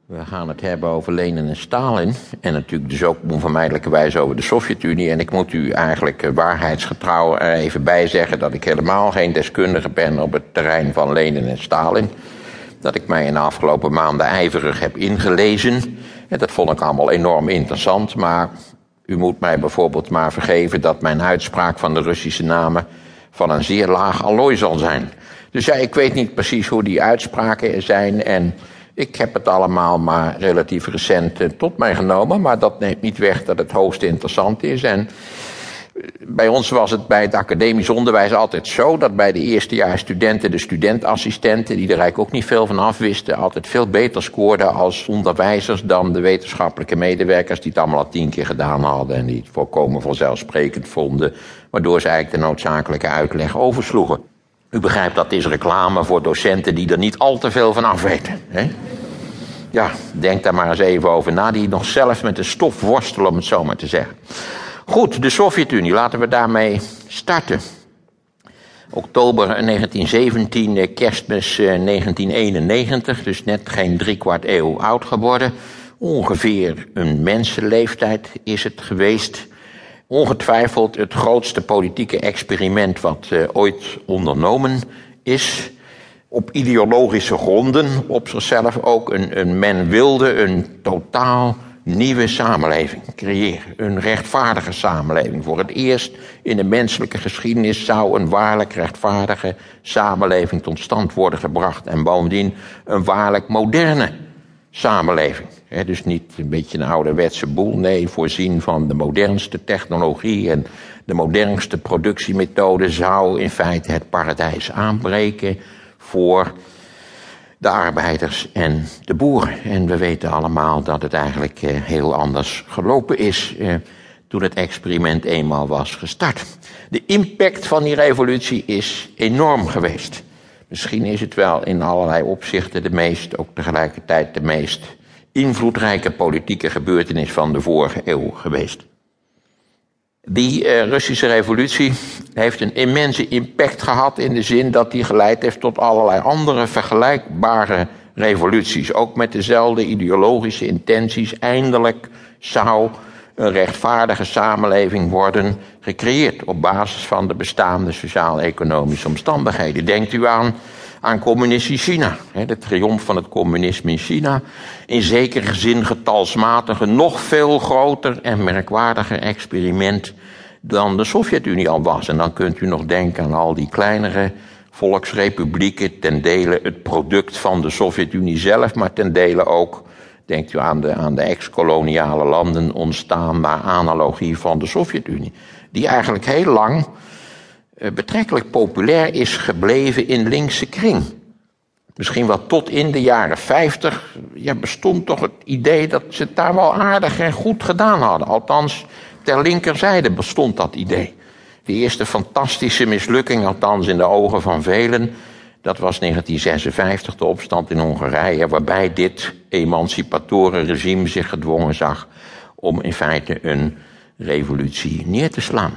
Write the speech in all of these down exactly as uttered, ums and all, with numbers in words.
We gaan het hebben over Lenin en Stalin. En natuurlijk dus ook onvermijdelijkerwijs over de Sovjet-Unie. En ik moet u eigenlijk waarheidsgetrouw er even bij zeggen dat ik helemaal geen deskundige ben op het terrein van Lenin en Stalin. Dat ik mij in de afgelopen maanden ijverig heb ingelezen. En dat vond ik allemaal enorm interessant. Maar u moet mij bijvoorbeeld maar vergeven dat mijn uitspraak van de Russische namen van een zeer laag allooi zal zijn. Dus ja, ik weet niet precies hoe die uitspraken zijn. En ik heb het allemaal maar relatief recent uh, tot mij genomen. Maar dat neemt niet weg dat het hoogst interessant is. En bij ons was het bij het academisch onderwijs altijd zo dat bij de eerstejaarsstudenten, de studentassistenten, die er eigenlijk ook niet veel van afwisten, altijd veel beter scoorden als onderwijzers dan de wetenschappelijke medewerkers die het allemaal al tien keer gedaan hadden en die het volkomen vanzelfsprekend vonden, waardoor ze eigenlijk de noodzakelijke uitleg oversloegen. U begrijpt, dat is reclame voor docenten die er niet al te veel van afweten, hè? Ja, denk daar maar eens even over na, die nog zelf met de stof worstelen, om het zo maar te zeggen. Goed, de Sovjet-Unie, laten we daarmee starten. Oktober negentien zeventien, kerstmis negentien eenennegentig, dus net geen driekwart eeuw oud geworden. Ongeveer een mensenleeftijd is het geweest. Ongetwijfeld het grootste politieke experiment wat uh, ooit ondernomen is. Op ideologische gronden, op zichzelf ook. Een, een, men wilde een totaal nieuwe samenleving creëren. Een rechtvaardige samenleving. Voor het eerst in de menselijke geschiedenis zou een waarlijk rechtvaardige samenleving tot stand worden gebracht. En bovendien een waarlijk moderne samenleving. He, dus niet een beetje een ouderwetse boel. Nee, voorzien van de modernste technologie en de modernste productiemethode zou in feite het paradijs aanbreken voor de arbeiders en de boeren. En we weten allemaal dat het eigenlijk uh, heel anders gelopen is uh, toen het experiment eenmaal was gestart. De impact van die revolutie is enorm geweest. Misschien is het wel in allerlei opzichten de meest, ook tegelijkertijd de meest invloedrijke politieke gebeurtenis van de vorige eeuw geweest. Die uh, Russische revolutie heeft een immense impact gehad in de zin dat die geleid heeft tot allerlei andere vergelijkbare revoluties. Ook met dezelfde ideologische intenties. Eindelijk zou een rechtvaardige samenleving worden gecreëerd op basis van de bestaande sociaal-economische omstandigheden. Denkt u aan, aan communistisch China, hè, de triomf van het communisme in China. In zekere zin getalsmatig een nog veel groter en merkwaardiger experiment dan de Sovjet-Unie al was. En dan kunt u nog denken aan al die kleinere volksrepublieken, ten dele het product van de Sovjet-Unie zelf, maar ten dele ook, denkt u aan de, aan de ex-koloniale landen, ontstaan naar analogie van de Sovjet-Unie. Die eigenlijk heel lang uh, betrekkelijk populair is gebleven in linkse kring. Misschien wel tot in de jaren vijftig ja, bestond toch het idee dat ze het daar wel aardig en goed gedaan hadden. Althans, ter linkerzijde bestond dat idee. De eerste fantastische mislukking, althans in de ogen van velen, dat was negentien zesenvijftig, de opstand in Hongarije, waarbij dit emancipatorenregime zich gedwongen zag om in feite een revolutie neer te slaan.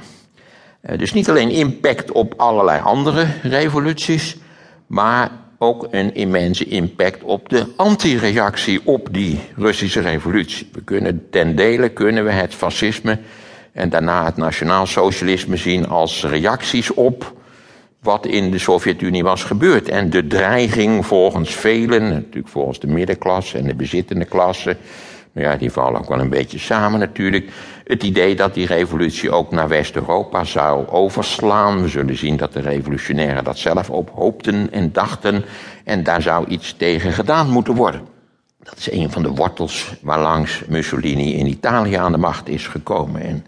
Dus niet alleen impact op allerlei andere revoluties, maar ook een immense impact op de antireactie op die Russische revolutie. We kunnen ten dele kunnen we het fascisme en daarna het nationaal-socialisme zien als reacties op wat in de Sovjet-Unie was gebeurd. En de dreiging volgens velen, natuurlijk volgens de middenklasse en de bezittende klasse, ja, die vallen ook wel een beetje samen natuurlijk. Het idee dat die revolutie ook naar West-Europa zou overslaan. We zullen zien dat de revolutionairen dat zelf ook hoopten en dachten. En daar zou iets tegen gedaan moeten worden. Dat is een van de wortels waarlangs Mussolini in Italië aan de macht is gekomen. En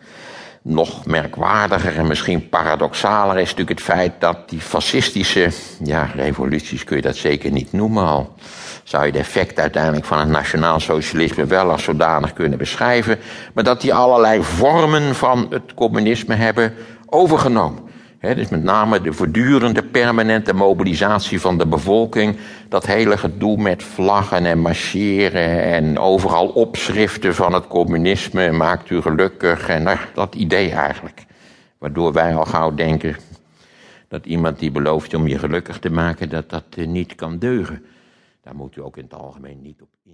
nog merkwaardiger en misschien paradoxaler is natuurlijk het feit dat die fascistische, ja, revoluties kun je dat zeker niet noemen al. Zou je de effect uiteindelijk van het nationaal-socialisme wel als zodanig kunnen beschrijven, maar dat die allerlei vormen van het communisme hebben overgenomen. He, dus met name de voortdurende permanente mobilisatie van de bevolking, dat hele gedoe met vlaggen en marcheren en overal opschriften van het communisme, maakt u gelukkig en nou, dat idee eigenlijk. Waardoor wij al gauw denken dat iemand die belooft om je gelukkig te maken, dat dat niet kan deugen. Daar moet u ook in het algemeen niet op in.